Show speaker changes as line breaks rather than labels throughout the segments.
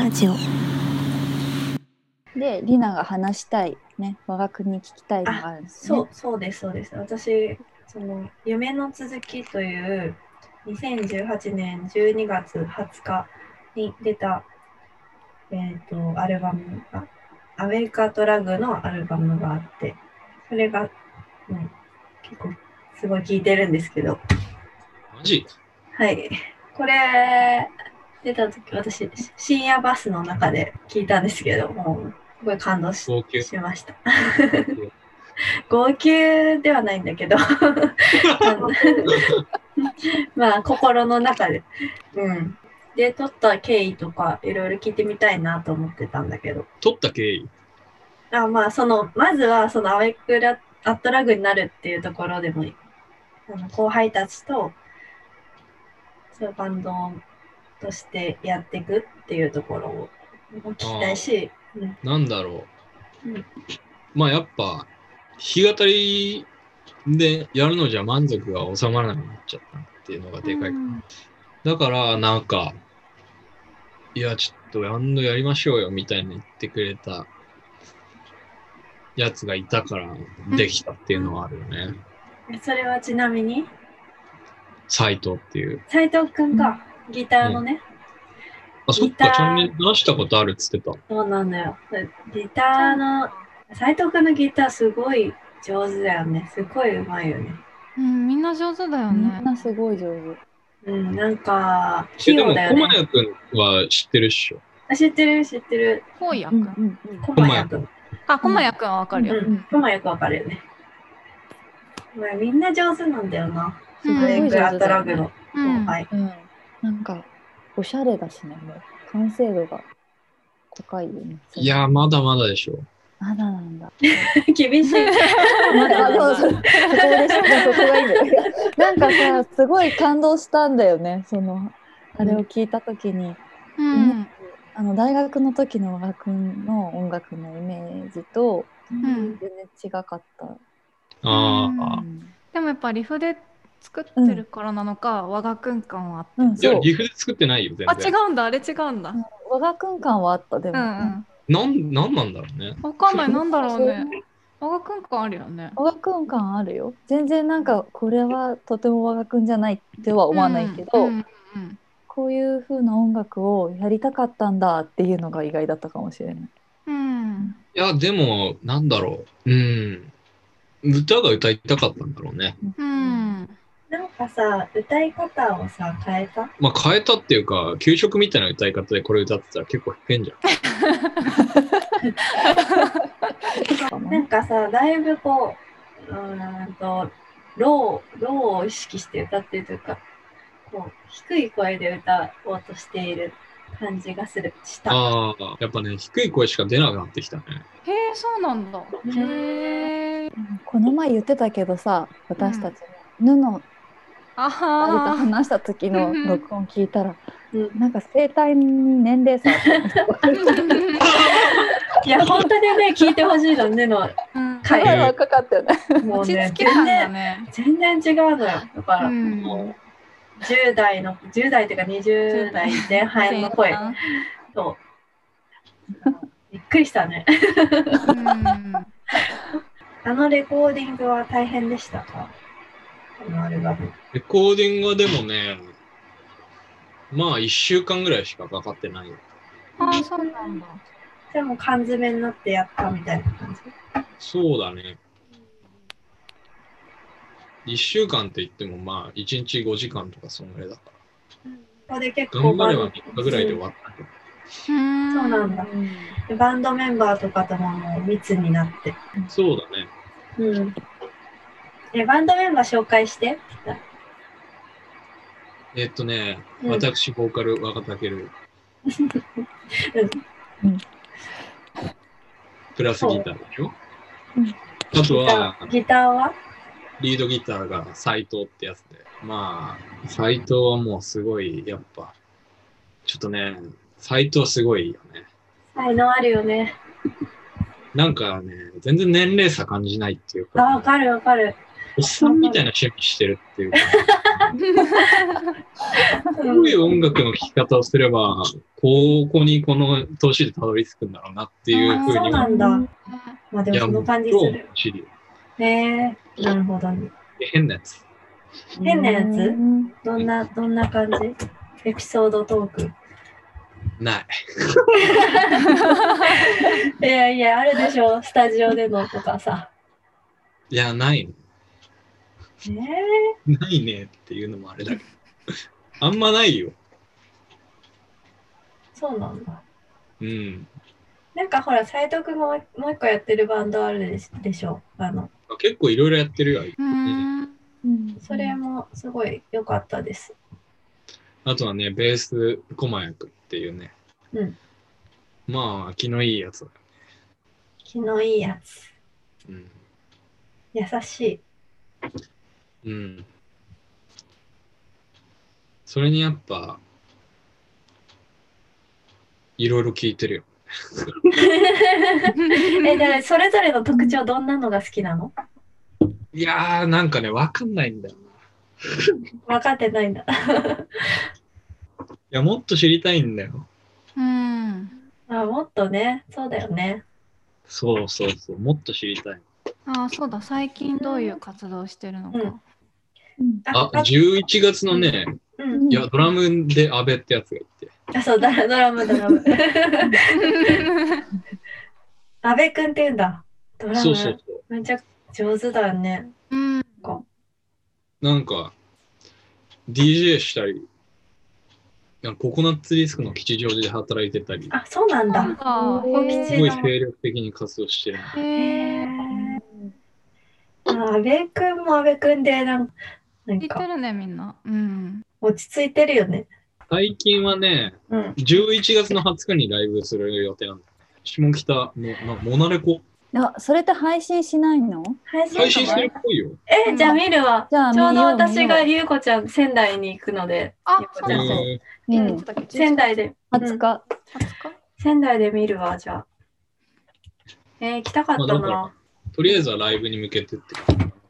ラジオ
で、リナが話したいね、我が国に聞きたいのがあるんですね。
そうですそうです。私夢の続きという2018年12月20日に出たアルバムがアウェイカートラグのアルバムがあって、それが、結構すごい聴いてるんですけど。
マジ？
はい。これ出た時私深夜バスの中で聞いたんですけど、もうすごい感動 しました。号泣ではないんだけどまあ心の中で、で撮った経緯とかいろいろ聞いてみたいなと思ってたんだけど。
撮った経緯？
まずはアウェイクアットラグになるっていうところでもいい。後輩たちとそういうバンドとしてやっていくっていうところを聞きたいし、
なんだろう、まあやっぱ弾き語りでやるのじゃ満足が収まらなくなっちゃったっていうのがでかいかな。だからなんかいやちょっとバンドやりましょうよみたいに言ってくれたやつがいたからできたっていうのはあるよね。
それはちなみに
斉藤っていう
斉藤くんか、ギターのね、
あ、そっか、ちゃんに出したことあるっつってた。
そうなんだよ。ギターの斉藤くんのギターすごい上手だよね。すごい上手いよね。
みんな上手だよね。
みんなすごい上手。
なんか器用だよね。
でも、駒谷くんは知ってるっしょ。
知ってる。
こうやくん。
駒谷くん。
駒谷くんはわかるよ。
駒谷くんわかるよね。みんな上手なんだよな。
すごい上手
アットラグの後輩。
なんかおしゃれだしね、もう完成度が高いよね。
いやまだまだでしょ。
まだなんだ。
厳しい。
まだそこがいいんだよ。なんかさ、すごい感動したんだよね。あれを聞いたときに、大学の時の我が君の音楽のイメージと全然違かった。
でもやっぱリフで作ってるからなのか、我が君感はあって。
いやリフで作ってないよ全然。
違うんだ、あれ違うんだ。
我が君感はあった。でも
なんなんだろうね。
わかんない、なんだろうね。我が君感あるよね。
我が君感あるよ。全然なんかこれはとても我が君じゃないっては思わないけど、こういう風な音楽をやりたかったんだっていうのが意外だったかもしれない。
いやでもなんだろう、歌が歌いたかったんだろうね。
なんかさ、歌い方をさ変えた？
まあ変えたっていうか、給食みたいな歌い方でこれ歌ってたら結構変じ
ゃん。なんかさ、だいぶこう、ローを意識して歌ってるというか、こう低い声で歌おうとしている感じがした。
やっぱね、低い声しか出なくなってきたね。
へえ、そうなんだ。へえ。
この前言ってたけどさ、私たちの布あると話した時の録音聞いたら、なんか声帯に年齢差
いや本当にね聞いてほしいのねの
会話若かったよね。
もうね全然違うのよ。だからもう10代っていうか20代前半の声とびっくりしたね。レコーディングは大変でしたか？
レコーディングはでもね、まあ1週間ぐらいしかかかってないよ。
そうなんだ。
じゃあもう缶詰になってやったみたいな感じ？
そうだね。1週間って言ってもまあ1日5時間とかそんぐらいだから。
ここで結
構頑張れば3日ぐらいで終わったけど。
そうなんだ。バンドメンバーとかとも密になって。
そうだね。
バンドメンバー紹介して。
私ボーカル若武プラスギターでしょ。あとは
ギターは
リードギターが斉藤ってやつで、まあ斉藤はもうすごいやっぱちょっとね、斉藤すごいよね。
才能あるよね。
なんかね、全然年齢差感じないっていうか。
わかる。
おっさんみたいな趣味してるっていうか。どういう音楽の聴き方をすればここにこの年でたどり着くんだろうなっていうふうに。
そうなんだ。まあでもその感じする。なるほどね。
変なやつ。
変なやつ？どんな感じ？エピソードトーク。
ない。
いやいや、あるでしょ、スタジオでのとかさ。
いや、ないの。ないねっていうのもあれだけど。あんまないよ。
そうなんだ。
うん。
なんかほら、斉藤君もう一個やってるバンドあるでしょ。
結構いろいろやってるよ。
それもすごい良かったです。
あとはね、ベースコマ役っていうね。
うん。
まあ、気のいいやつだよね。
気のいいやつ。
うん。
優しい。
うん。それにやっぱ、いろいろ聞いてるよ。
だからそれぞれの特徴どんなのが好きなの？
いやー、なんかね、わかんないんだよ
な。分かってないんだ。
いや、もっと知りたいんだよ。
もっとね、そうだよね。
そう、もっと知りたい。
そうだ、最近どういう活動してるのか。
11月のね、いや、ドラムで阿部ってやつがいて。
そう、ドラム。阿部くんって言うんだ。ドラム。そう。めっちゃ上手だよね。
なんか、DJ したり、ココナッツリスクの吉祥寺で働いてたり。
そうなんだ。
すごい精力的に活動してる。阿部くんも阿部くんで、なんか。
聞いてるね、みんな。
落ち着いてるよね。
最近はね、11月の20日にライブする予定なんだ。下北のモナレコ。
それって配信しないの？
配信するっぽいよ。
じゃあ見るわ。ちょうど私がゆうこちゃん仙台に行くので。仙台で。
20日。
仙台で見るわ、じゃあ。行きたかったな。
とりあえずはライブに向けてって。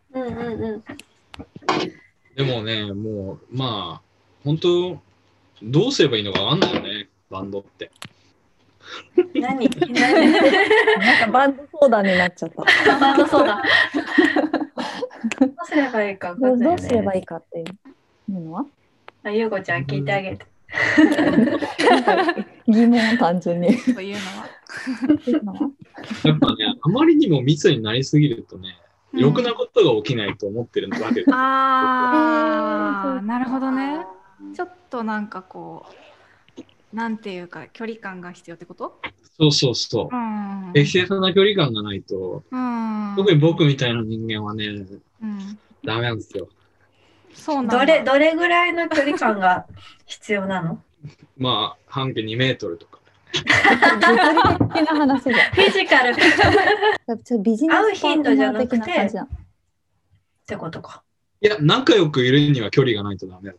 でもね、もう、まあ、本当どうすればいいのかわかんないよね、バンドって。
何
なんかバンド相談になっちゃった。
バンド相談。どうすればいいか分かんないよね。
どうすればいいかっていうのは
ゆうこちゃん聞いてあげて。
疑問単純に。
そういうのは。
やっぱね、あまりにも密になりすぎるとね、ろくなことが起きないと思ってるわけです。
なるほどね。ちょっとなんかこう、なんていうか距離感が必要ってこと？
そう。適切な距離感がないと、特に僕みたいな人間はね、ダメなんですよ。
そうなんだ。
どれぐらいの距離感が必要なの？
まあ、半径2メートルとか。
物理的な話じゃん。
フィジカル。
ビジネス
会う頻度じゃなくて
って
ことか。
いや、仲良くいるには距離がないとダメだ。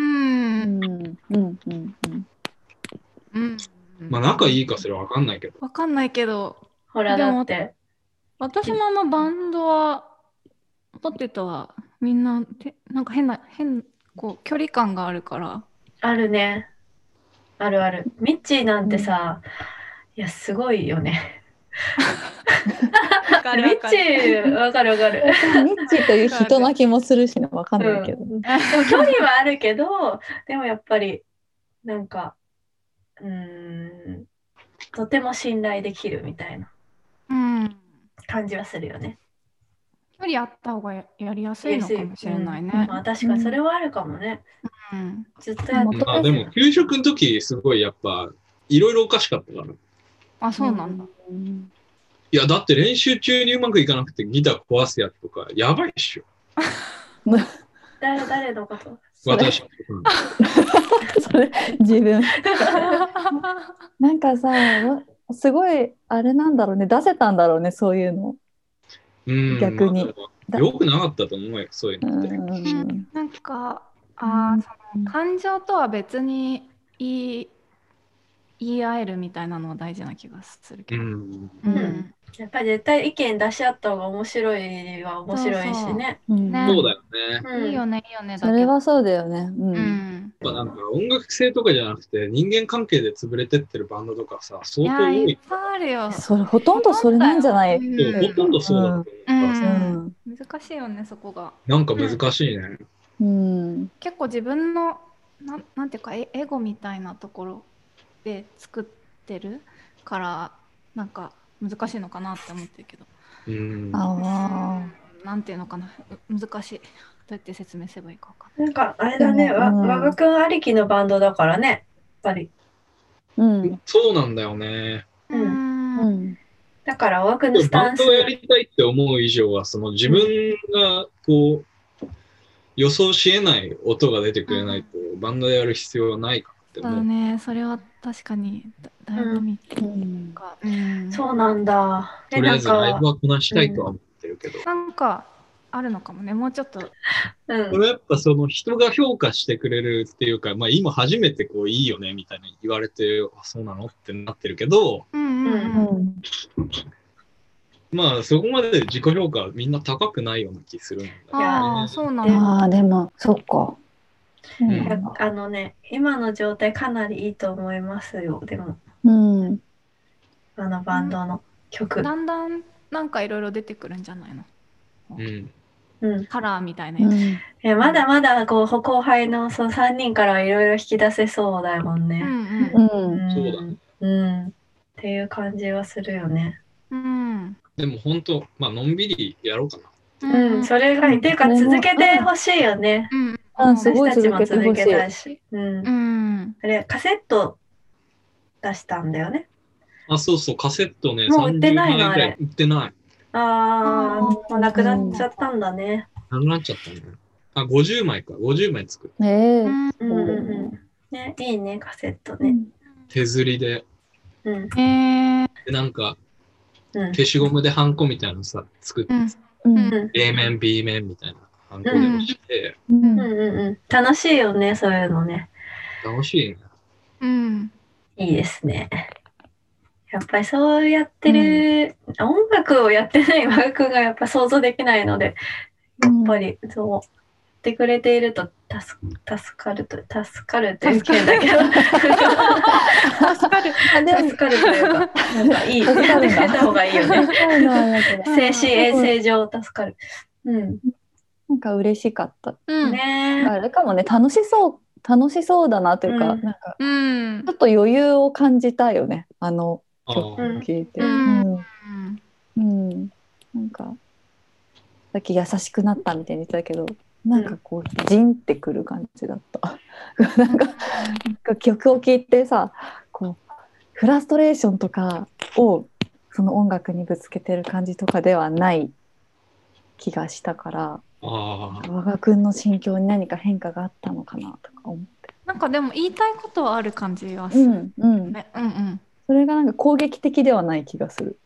まあ、仲いいかそれは分かんないけど。
分かんないけど。
ほら、だって。
私もバンドは、ポテトはみんな、なんかこう、距離感があるから。
あるね。ある。ミッチーなんてさ、いや、すごいよね。ミッチー、わかる。
ミッチーという人な気もするしね、わかんないけど。でも
距離はあるけど、でもやっぱり、なんか、とても信頼できるみたいな感じはするよね。
距離あった方がやりやすいのかもしれないね。
まあ確かにそれはあるかもね。ずっとやって
でも給食の時すごいやっぱいろいろおかしかったから。
そうなんだ。
いやだって練習中にうまくいかなくてギター壊すやつとかやばいっしょ。
誰のこと？
私。
それ自分。なんかさ、すごいあれなんだろうね、出せたんだろうね、そういうの。逆に。
よくなかったと思うよ、そういうのって。
なんか、その感情とは別に言い合えるみたいなのは大事な気がするけど。
やっぱり絶対意見出し合った方が面白いは面白いしね。
ね
そうだよね。
いいよね、いいよね。
それはそうだよね。
やっぱなんか音楽性とかじゃなくて人間関係で潰れてってるバンドとかさ、相当多い。
いっぱいあるよ。
それほとんどそれなんじゃない？
ほとんどそうだと思うからさ、
難しいよね、そこが。
なんか難しいね。
結構自分のなんていうかエゴみたいなところで作ってるからなんか難しいのかなって思ってるけど。なんていうのかな、難しい。どうやって説明すればいいか分かんない。
なんかあれだね、和賀くんありきのバンドだからね、やっぱり。
そうなんだよね。
だから和賀くんのスタンス。
バンドをやりたいって思う以上は、その自分がこう、予想し得ない音が出てくれないと、バンドでやる必要はないかって思う。
そうね、それは確かに醍醐味っていうか。
そうなんだ。
とりあえずライブはこなしたいとは思ってるけど。
なんかあるのかもね、もうちょっと。
これやっぱその人が評価してくれるっていうか、まあ今初めてこういいよねみたいに言われて、あ、そうなのってなってるけど、まあそこまで自己評価はみんな高くないような気するんだよね。
ああ、そうなんだ。
でも、そっか。
あのね、今の状態かなりいいと思いますよ、でも。あのバンドの曲。
だんだんなんかいろいろ出てくるんじゃないの？カラーみたいな
やつ。まだまだこう後輩のその3人からいろいろ引き出せそうだもんね。
そうだ。
っていう感じはするよね。
でも本当、まあのんびりやろうかな。
それがいい。っていうか続けてほしいよね。
すごい続けてほしい。
あれ、カセット出したんだよね。
あ、そうそう、カセットね、
もう売ってないのあれ。
売ってない。
ああ、もうなくなっちゃったんだね。
なくなっちゃったね。あ、50枚か。50枚作る。
ね、いいね、カセットね。
手刷りで。
で
なんか、消しゴムでハンコみたいなのさ、作って、A 面、B 面みたいなハンコでして。
楽しいよね、そういうのね。
楽しい
ね。いいですね。やっぱりそうやってる、音楽をやってない和楽がやっぱ想像できないので、やっぱりそう言ってくれていると助かるっていう件だけど助かるというか、なんかいい、助かるた方がいいよね。精神衛生上助かる。
なんか嬉しかった。
ね。
あれかもね、楽しそうだなというか、なんかちょっと余裕を感じたよね。あの曲を聴いて。なんかさっき優しくなったみたいに言ってたけど、なんかこうジンってくる感じだった。なんか曲を聴いてさ、こうフラストレーションとかをその音楽にぶつけてる感じとかではない気がしたから、和賀くんの心境に何か変化があったのかなとか思って。
なんかでも言いたいことはある感じはする。
それがなんか攻撃的ではない気がする。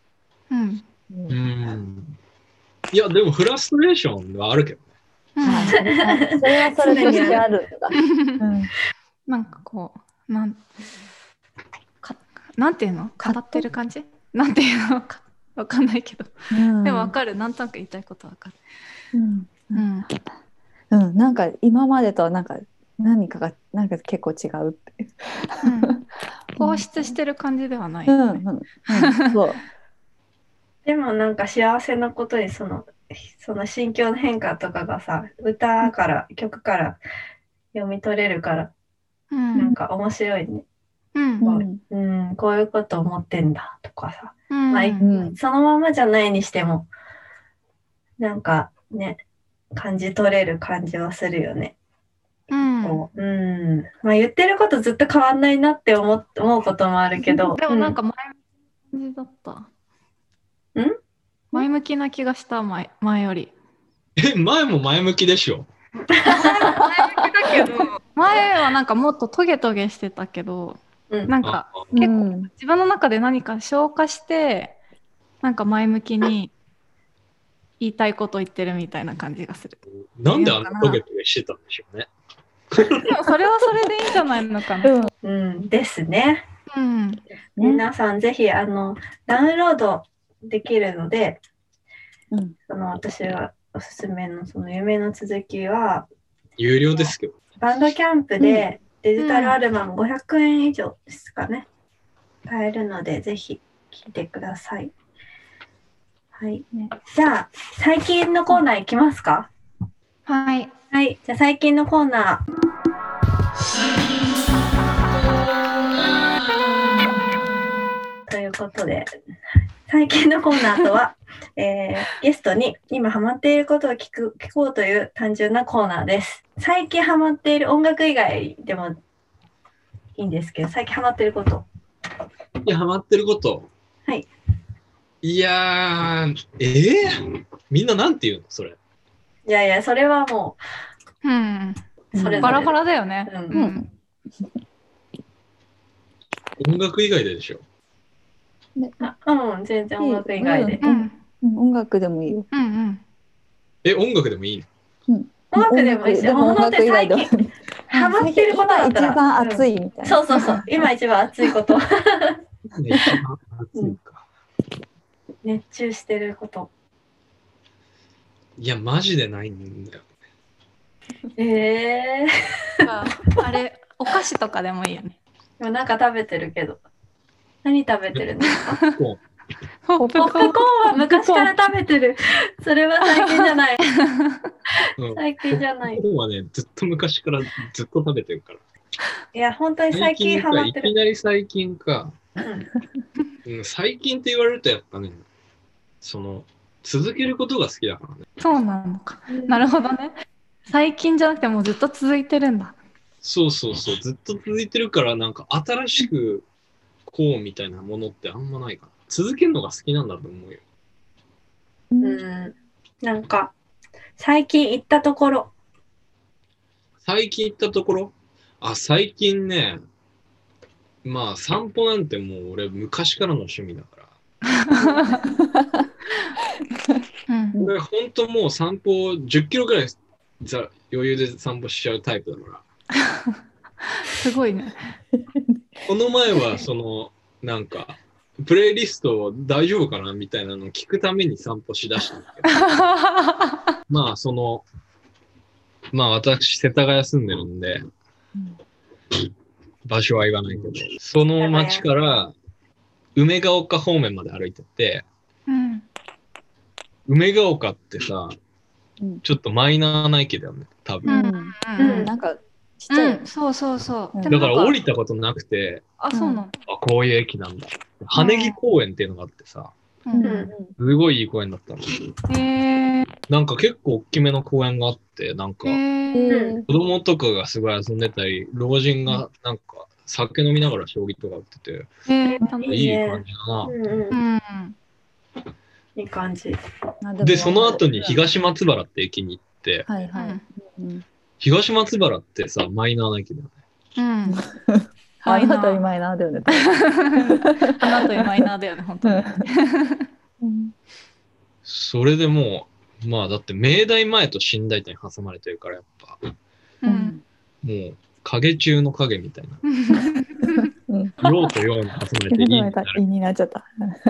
いや、でもフラストレーションはあるけどね。
それはそれとしてあるんだ。
なんかこう、なんていうの？語ってる感じ？なんていうのかわかんないけど。でもわかる。なんとなく言いたいことわかる。
なんか今までとはなんか何かがなんか結構違うって。
放出してる感じではない。
でもなんか幸せなことにその心境の変化とかがさ、歌から曲から読み取れるから、なんか面白いね。こういうこと思ってんだとかさ、そのままじゃないにしてもなんかね、感じ取れる感じはするよね。まあ言ってることずっと変わんないなって思うこともあるけど、
でもなんか前向きな感じだった。前向きな気がした前より。
前も前向きでしょ。
前向きだけど、前はなんかもっとトゲトゲしてたけど、なんか結構自分の中で何か消化してなんか前向きに言いたいこと言ってるみたいな感じがする。
なんであんなトゲトゲしてたんでしょうね。
でもそれはそれでいいんじゃないのかな。
ですね。皆さんぜひダウンロードできるので、
うん、
私がおすすめのその夢の続きは、
有料ですけど。
バンドキャンプでデジタルアルバム500円以上ですかね。買えるので、ぜひ聴いてください。はい。じゃあ、最近のコーナーいきますか？
はい。
はい。じゃあ、最近のコーナー。ということで、最近のコーナーとは、ゲストに今ハマっていることを聞こうという単純なコーナーです。最近ハマっている音楽以外でもいいんですけど、最近ハマっていること。
ハマってること。
はい。
いやー、みんななんて言うのそれ。
いやいや、それはも
う、それバラバラだよね。
音楽以外でしょ。
全然音楽以外で。
音楽でもいいよ。
音楽でもいい
の？音楽でもいいし、音楽以外でもハマってることだったら
一番熱いみたいな。
そう。今一番熱いこと。
一番熱いか。
熱中してること。
いや、マジでないんだよ。
あれ、お菓子とかでもいいよね。
でもなんか食べてるけど。何食べてるんですか？
ポップコーン
は昔から食べてる。それは最近じゃない。最近じゃない。
ポップコーンはね、ずっと昔からずっと食べてるから。
いや、本当に最近ハマってる。
いきなり最近か。最近って言われるとやっぱね、続けることが好きだからね。
そうなのか。なるほどね。最近じゃなくてもうずっと続いてるんだ。
そう。ずっと続いてるから、なんか新しくこうみたいなものってあんまないかな。続けるのが好きなんだと思うよ。
なんか、最近行ったところ。
最近ね、まあ散歩なんてもう俺昔からの趣味だから。俺ほんともう散歩10キロぐらい余裕で散歩しちゃうタイプだから。
すごいね。
この前はなんかプレイリスト大丈夫かなみたいなのを聞くために散歩しだしたんだけどまあ私世田谷住んでるんで、場所は言わないけど、その町から梅ヶ丘方面まで歩いてって、梅ヶ丘ってさ、ちょっとマイナーな駅だよね、多分。
なんかちっちゃい。
そう。
だから降りたことなくて、
そうなんだ。
こういう駅なんだ。羽根木公園っていうのがあってさ、すごいいい公園だったの。なんか結構大きめの公園があって、なんか子供とかがすごい遊んでたり、老人がなんか酒飲みながら将棋とか打ってて、いい感じだな。
いい感じ。
で、その後に東松原って駅に行って、東松原ってさ、マイナーな駅だよね。
あなたマイナーだよね。
あなたマイナーだよね、本当に。
それでもう、まあだって明大前と新大田に挟まれてるからやっぱ、もう影中の影みたいな。陽と陽に挟まれて
いいになっちゃった。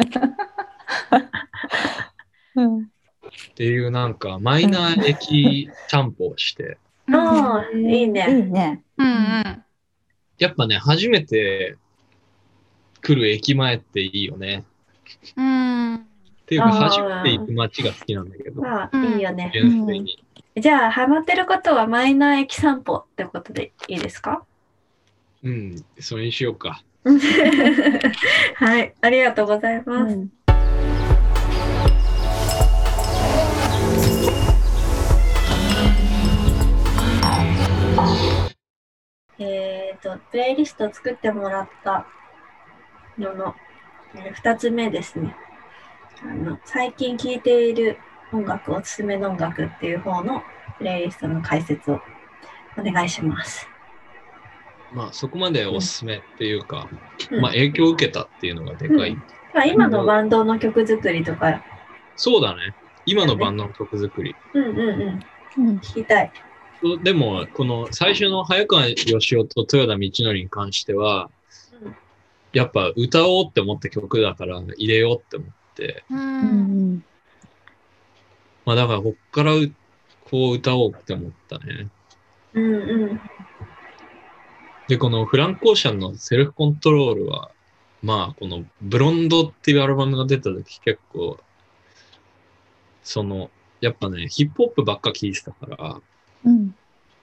っていうなんかマイナー駅散歩をして。
いいね。
やっぱね、初めて来る駅前っていいよね。っていうか、初めて行く街が好きなんだけど。
いいよね。じゃあ、ハマってることはマイナー駅散歩ってことでいいですか？
それにしようか。
はい、ありがとうございます。プレイリストを作ってもらったのの2つ目ですね。最近聴いている音楽、おすすめの音楽っていう方のプレイリストの解説をお願いします。
まあそこまでおすすめっていうか、まあ影響を受けたっていうのがでかい。
今のバンドの曲作りとか。
そうだね。今のバンドの曲作り。
聞きたい。
でも、この最初の早川義雄と豊田道則に関しては、やっぱ歌おうって思った曲だから入れようって思って、
うん
まあだからこっからこう歌おうって思ったね。
うんうん。
で、このフランク・オーシャンのセルフコントロールは、まあこのブロンドっていうアルバムが出た時結構、やっぱね、ヒップホップばっか聴いてたから、
うん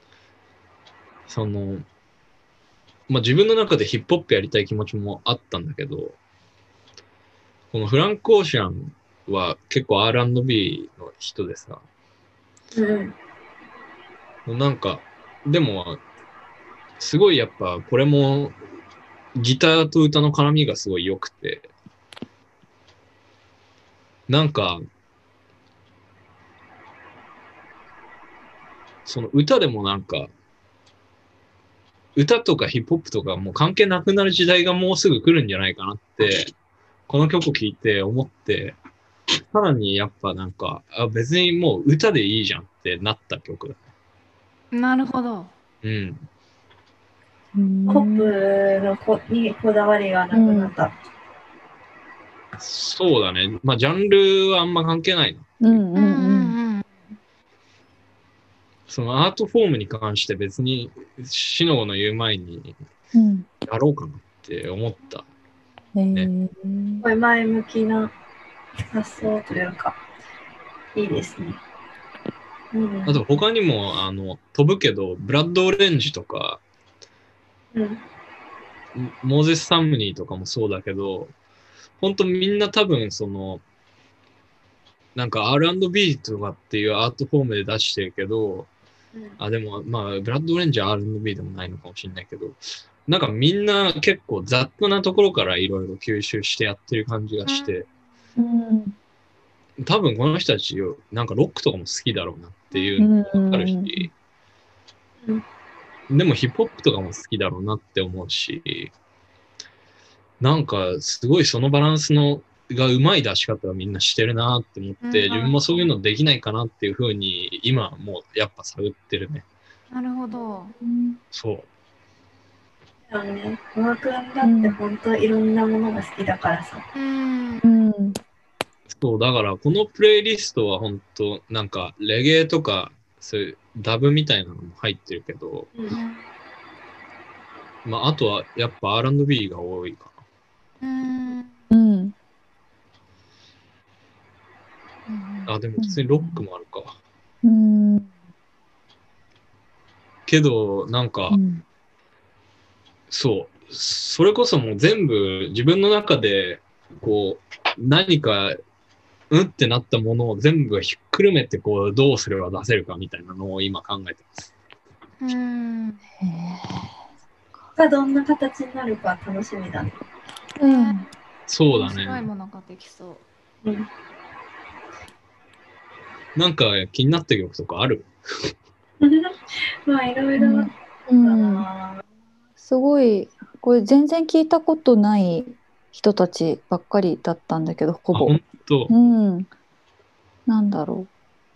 まあ自分の中でヒップホップやりたい気持ちもあったんだけど、このフランク・オーシャンは結構 R&B の人でさ、なんか、でも、すごいやっぱこれもギターと歌の絡みがすごい良くて、なんか、その歌でもなんか、歌とかヒップホップとかもう関係なくなる時代がもうすぐ来るんじゃないかなって、この曲聴いて思って、さらにやっぱなんか、別にもう歌でいいじゃんってなった曲だ。
なるほど。
うん。
ポップにこだわりがなくなった。
そうだね。まあジャンルはあんま関係ないな。そのアートフォームに関して別にシノの言う前にやろうかなって思った。
ね、これ前向きな発想というか、いいですね。
あと他にも飛ぶけど、ブラッドオレンジとか、モーゼス・サムニーとかもそうだけど、本当みんな多分なんか R&B とかっていうアートフォームで出してるけど、でもまあブラッドオレンジは R&B でもないのかもしれないけど、なんかみんな結構雑なところからいろいろ吸収してやってる感じがして、多分この人たちなんかロックとかも好きだろうなっていうのもわかるし、でもヒップホップとかも好きだろうなって思うし、なんかすごいそのバランスがうまい出し方をみんなしてるなって思って、自分もそういうのできないかなっていうふうに今もうやっぱ探ってるね。
なるほど。
そう。
小川くんだって本当いろんなものが好きだからさ。
そう、だからこのプレイリストは本当なんかレゲエとかそういうダブみたいなのも入ってるけど、まああとはやっぱ R&B が多いかな。でも普通にロックもあるか。けどなんか、そう、それこそもう全部自分の中でこう何かってなったものを全部ひっくるめてこうどうすれば出せるかみたいなのを今考えてます。
がどんな形になるか楽しみだね。
そうだね。
面白いものができそう。
なんか気になった曲とかある？
まあいろいろ
すごいこれ全然聞いたことない人たちばっかりだったんだけど、ほぼ。
本当？
なんだろ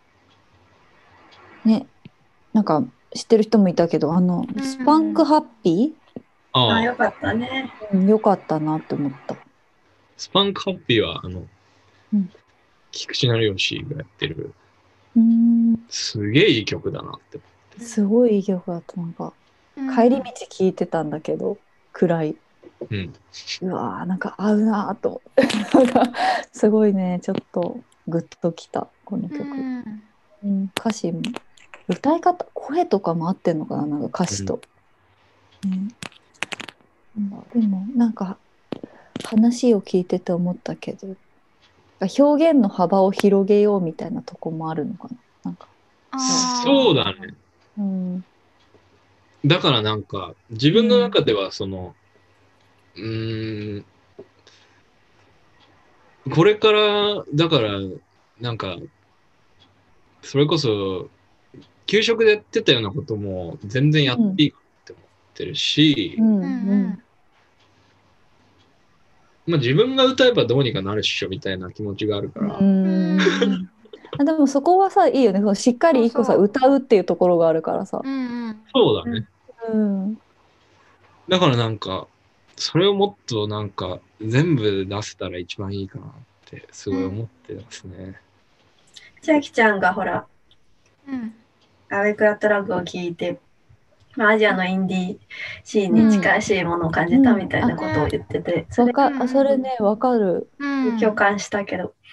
うね、なんか知ってる人もいたけど、スパンクハッピ
ー、よかったね。
よかったなって思った。
スパンクハッピーは菊池成吉がやってるすげえいい曲だなって思って。
すごいいい曲だった。なんか帰り道聞いてたんだけど、暗い。うわーなんか合うなと思ってなんかすごいね、ちょっとグッときたこの曲。歌詞も歌い方、声とかも合ってんのかな、なんか歌詞と。でもなんか話を聞いてて思ったけど、表現の幅を広げようみたいなとこもあるのかな。なんか
そうだね。だからなんか自分の中ではこれからだからなんかそれこそ給食でやってたようなことも全然やっていいかって思ってるし、まあ自分が歌えばどうにかなるっしょみたいな気持ちがあるから。
でもそこはさ、いいよね。しっかり一個さ、歌うっていうところがあるからさ。
そうだね。だからなんかそれをもっとなんか全部出せたら一番いいかなってってすごい思ってますね。
千秋ちゃんがほら、
うん、
アウェイクラットラグを聞いて、アジアのインディーシーンに近しいものを感じたみたいなことを言ってて、
それね、わかる。
共感したけど、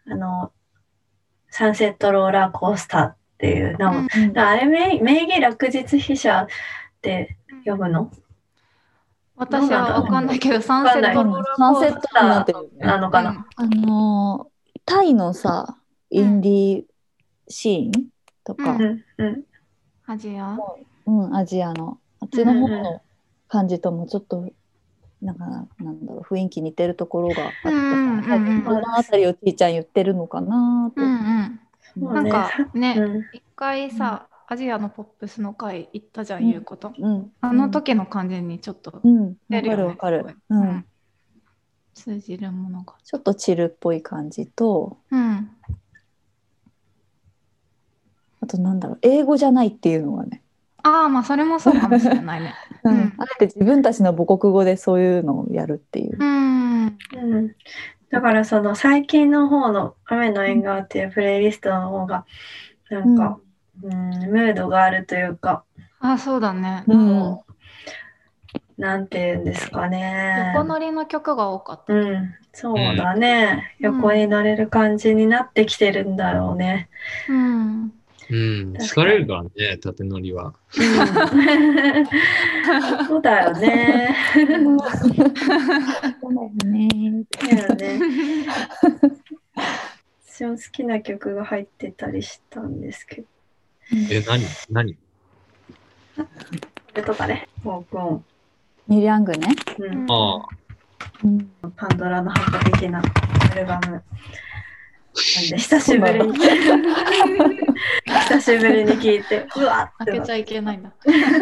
サンセットローラーコースターっていう名前、あれ名義落日飛車って呼ぶの？
私は分かんないけど、サンセットローラーコースター
なのかな。
タイのさ、インディーシーンとか、
アジア？
アジアのあっちの方の感じともちょっとなんだろう、雰囲気似てるところがあったから、このあたりをちいちゃん言ってるのかなと。
なんかね、一回さ、アジアのポップスの回行ったじゃん、言うこと。あの時の感じにちょっと
出るよね。わかる。
通じるものが。
ちょっとチルっぽい感じと、あとなんだろう、英語じゃないっていうのがね。
ああ、まあそれもそうかもしれないね。
あえて自分たちの母国語でそういうのをやるっていう。
だからその最近の方の雨の縁側っていうプレイリストの方がなんか、ムードがあるというか。
あ、そうだね。
なんて言うんですかね。
横乗りの曲が多かった。
そうだね。横に乗れる感じになってきてるんだろうね。
疲れるからね、縦乗りは。
そうだよね。
そうだよね。
私も好きな曲が入ってたりしたんですけど。
何
これとかね。
ミリアングね。
パンドラの箱的なアルバム。なんで久しぶりに聞いて、うわ
っ開けちゃいけないんだ。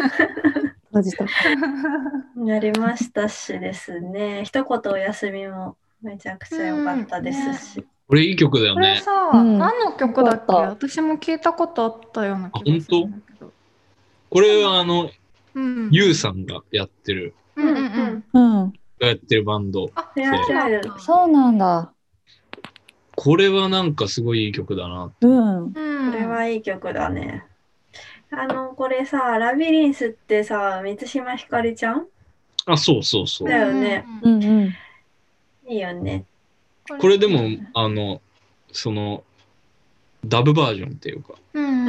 なりましたしですね。一言お休みもめちゃくちゃ良かったですし。
これいい曲だよね。
これさ、何の曲だっけ？私も聞いたことあったような気がするんだけど。
これはユウさんがやってる。やってるバンド。
そうなんだ。
これはなんかすごいいい曲だな。
これはいい曲だね。これさ、ラビリンスってさ、満島ひかりちゃん？
そうそうそう。
だよね。いいよね。
これでも、その、ダブバージョンっていうか、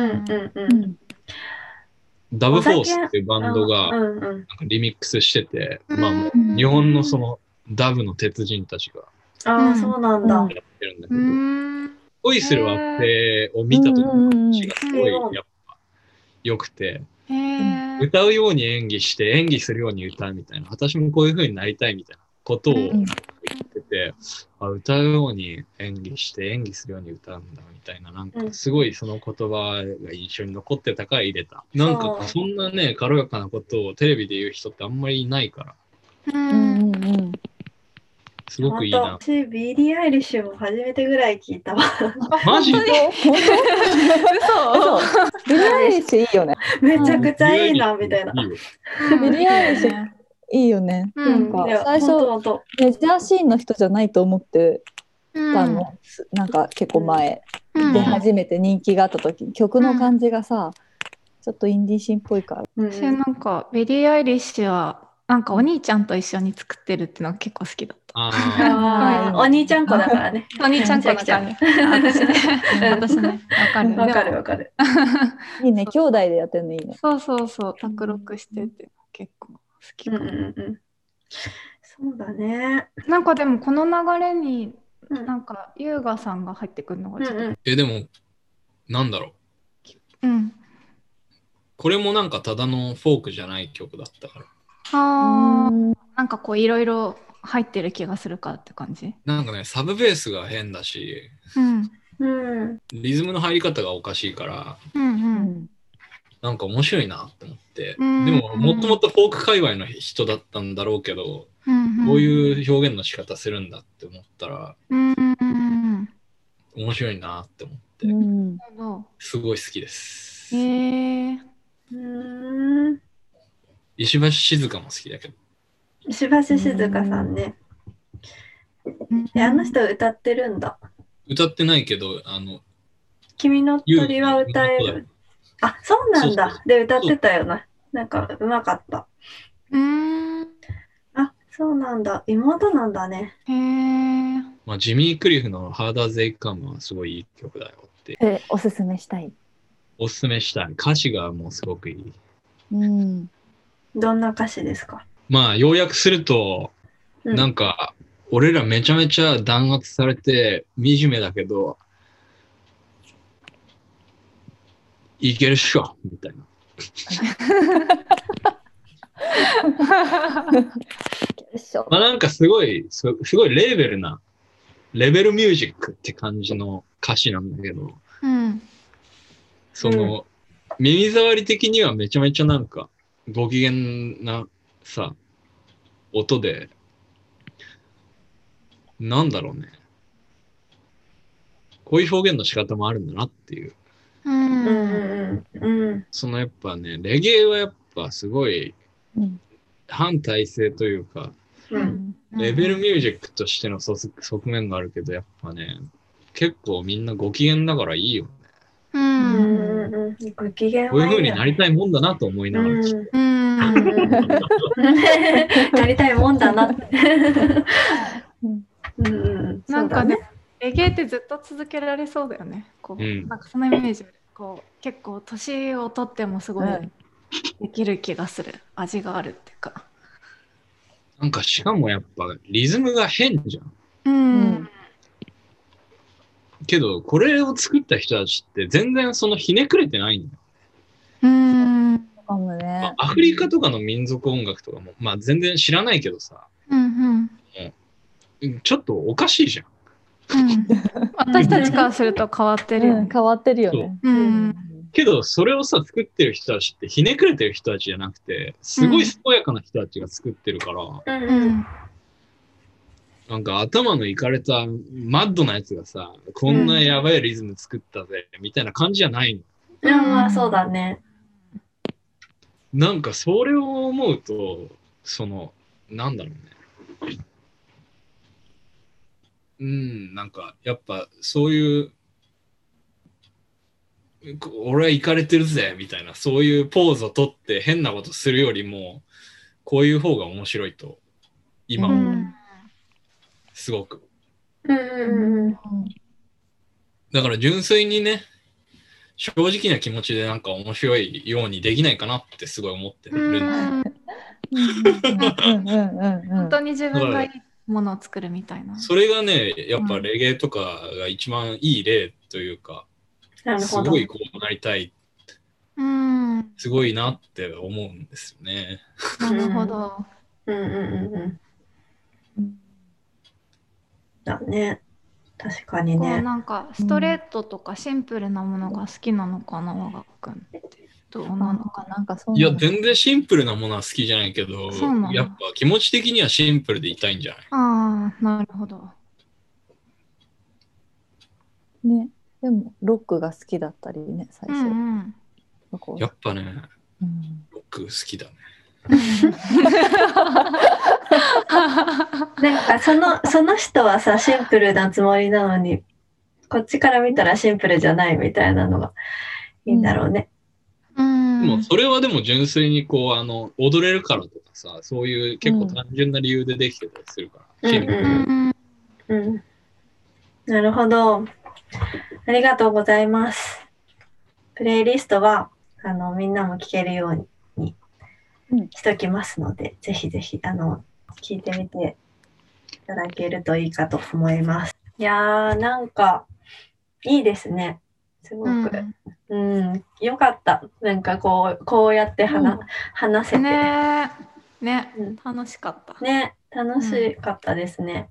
ダブフォースっていうバンドがなんかリミックスしてて、まあもう日本のそのダブの鉄人たちが
そうなんだ。
やってるんだけど、恋する惑星を見た時の話がすごいやっぱ良くて、歌うように演技して演技するように歌うみたいな、私もこういう風になりたいみたいなことを言ってて、歌うように演技して演技するように歌うんだみたいな、なんかすごいその言葉が印象に残ってたから入れた。なんかそんなね、軽やかなことをテレビで言う人ってあんまりいないから。すごくいいな。
私、ビリー・アイリッシュも初めてぐらい聞いたわ。
マジで？
嘘。ビリー・アイリッシュいいよね。
めちゃくちゃいいな、みたいな。
ビリー・アイリッシュいいよね。なんか最初メジャーシーンの人じゃないと思ってたの。なんか結構前で初めて人気があった時に曲の感じがさ、ちょっとインディーシーンっぽいから。
なんかビリー・アイリッシュはなんかお兄ちゃんと一緒に作ってるっていうのが結構好きだった。
お兄ちゃん子だからね。
お兄ちゃん子だからね。私ね、
わかる。
いいね、兄弟でやってるのいいね。
そう、卓録してて結構好きかも。
そうだね。
なんかでもこの流れになんか優雅さんが入ってくるのがちょっと。
でもなんだろう。これもなんかただのフォークじゃない曲だったから。
なんかこういろいろ入ってる気がするかって感じ。
なんかね、サブベースが変だし、リズムの入り方がおかしいから、なんか面白いなって思って、でももともとフォーク界隈の人だったんだろうけど、こういう表現の仕方するんだって思ったら、面白いなって思って、すごい好きです。石橋静香も好きだけど。
石橋静香さんね。 あの人歌ってるんだ。
歌ってないけど、
君の鳥は歌える。あ、そうなんだ。で、歌ってたよな。なんか、うまかった。あ、そうなんだ。妹なんだね。
へえ。
まあ、ジミー・クリフの Hard as They Come はすごいいい曲だよって。
おすすめしたい。
おすすめしたい。歌詞がもうすごくいい。
どんな歌詞ですか？
まあ、要約すると、なんか、俺らめちゃめちゃ弾圧されて惨めだけど、いけるっしょみたいな。まあなんかすごいレベルミュージックって感じの歌詞なんだけど、その、耳障り的にはめちゃめちゃなんかご機嫌なさ、音で、なんだろうね。こういう表現の仕方もあるんだなっていう。そのやっぱね、レゲエはやっぱすごい反体制というか、レベルミュージックとしての側面があるけど、やっぱね、結構みんなご機嫌だからいいよね。
ご機嫌
こういう風になりたいもんだなと思いながら。
なりたいもんだなって。
なんかね、レゲエってずっと続けられそうだよね。なんかそのイメージ、結構年を取ってもすごいできる気がする。味があるっていうか。
なんかしかもやっぱリズムが変じゃん。けどこれを作った人たちって全然そのひねくれてないんだよ。アフリカとかの民族音楽とかも、まあ全然知らないけどさ、ちょっとおかしいじゃん。
私たちからすると変わってるよね。
変わってるよね。
けどそれをさ作ってる人たちってひねくれてる人たちじゃなくて、すごい健やかな人たちが作ってるから、なんか頭のいかれたマッドなやつがさ、こんなやばいリズム作ったぜみたいな感じじゃないの。
まあそうだね。
なんかそれを思うと、なんだろうね。なんかやっぱそういう俺はイカれてるぜみたいな、そういうポーズを取って変なことするよりもこういう方が面白いと今すごく、だから純粋にね、正直な気持ちでなんか面白いようにできないかなってすごい思ってるんです。
本当に自分がいいものを作るみたいな。
それがね、やっぱレゲエとかが一番いい例というか、すごいこうなりたい、すごいなって思うんですよね。
なるほど。
だね。確かにね。
なんかストレートとかシンプルなものが好きなのかな、和楽君って。どうなのかな。
いや、全然シンプルなものは好きじゃないけど、やっぱ気持ち的にはシンプルでいたいんじゃない？
ああ、なるほど。
ね、でもロックが好きだったりね、最初。
やっぱね、ロック好きだね。
なんかその人はさ、シンプルなつもりなのに、こっちから見たらシンプルじゃないみたいなのがいいんだろうね。
もうそれはでも純粋にこう踊れるからとかさ、そういう結構単純な理由でできてたりするから。
なるほど。ありがとうございます。プレイリストはみんなも聴けるようにしときますので、ぜひぜひ聴いてみていただけるといいかと思います。いやー、なんかいいですね。すごく。よかった。なんかこうやって話せて。
ね、楽しかった。
ね、楽しかったですね。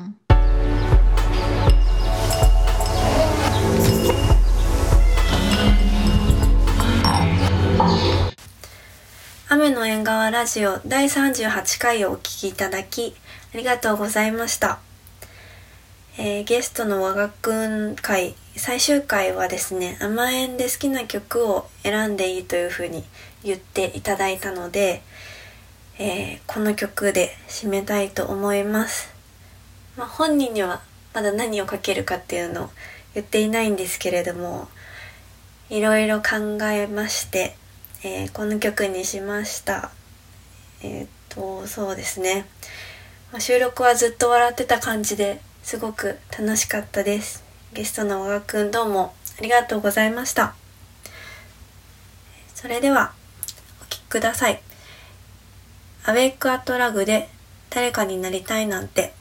雨の縁側ラジオ第38回をお聞きいただきありがとうございました。ゲストの和楽君会最終回はですね、甘えんで好きな曲を選んでいいというふうに言っていただいたので、この曲で締めたいと思います。 本人にはまだ何をかけるかっていうのを言っていないんですけれども、いろいろ考えまして、この曲にしました。そうですね、収録はずっと笑ってた感じですごく楽しかったです。ゲストの小川くん、どうもありがとうございました。それではお聴きください。アウェイクアットラグで誰かになりたいなんて。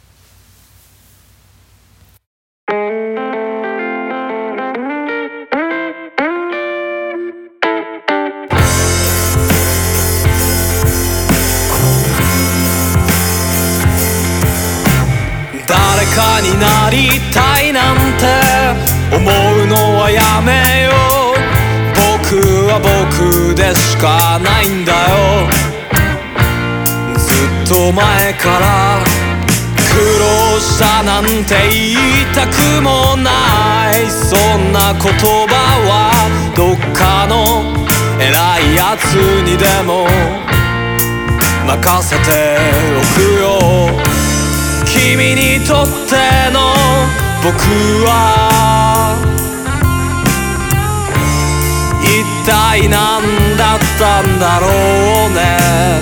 誰かになりたいなんて思うのはやめよう。僕は僕でしかないんだよ。ずっと前から苦労したなんて言いたくもない。そんな言葉はどっかの偉いやつにでも任せておくよ。君にとっての僕は一体何だったんだろうね。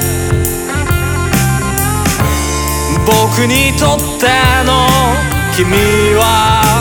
僕にとっての君は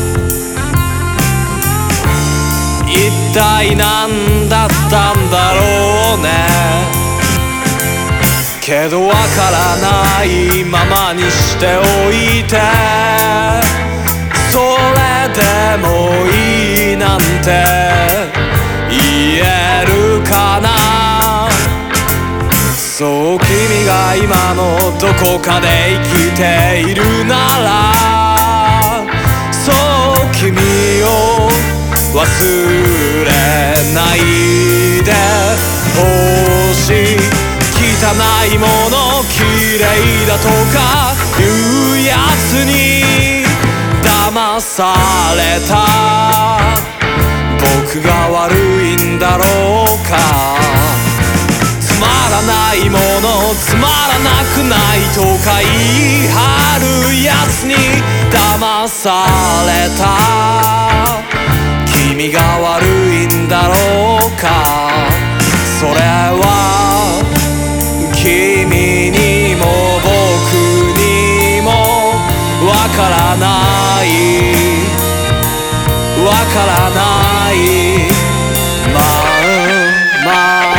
一体何だったんだろうね。けどわからないままにしておいて、それでもいいなんて言えるかな。そう君が今のどこかで生きているなら、そう君を忘れないでほしい。汚いもの綺麗だとか言うやつに騙された僕が悪いんだろうか。つまらないものつまらなくないとか言い張るやつに騙された君が悪いんだろうか。それは君にも僕にもわからないわからないまま。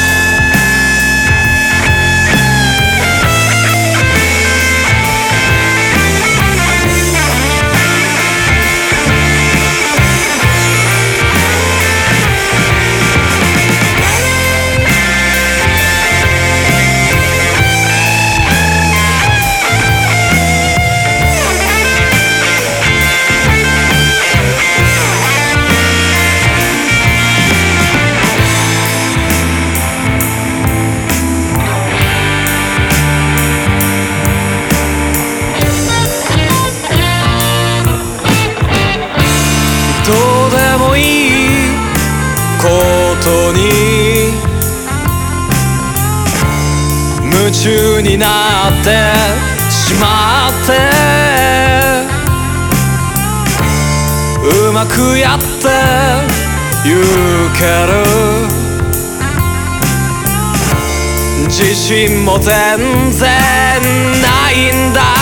どうでもいいことに夢中になってしまって、うまくやってゆける自信も全然ないんだ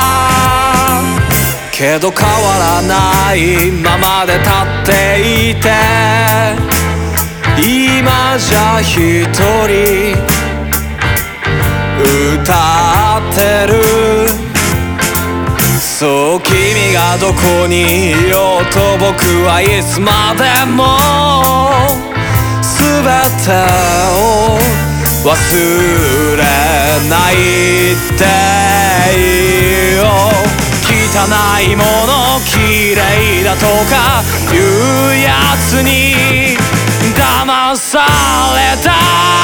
けど変わらないままで立っていて、今じゃ一人歌ってる。そう君がどこにいようと僕はいつまでも全てを忘れないっていいよ。汚いもの綺麗だとか言うやつに騙された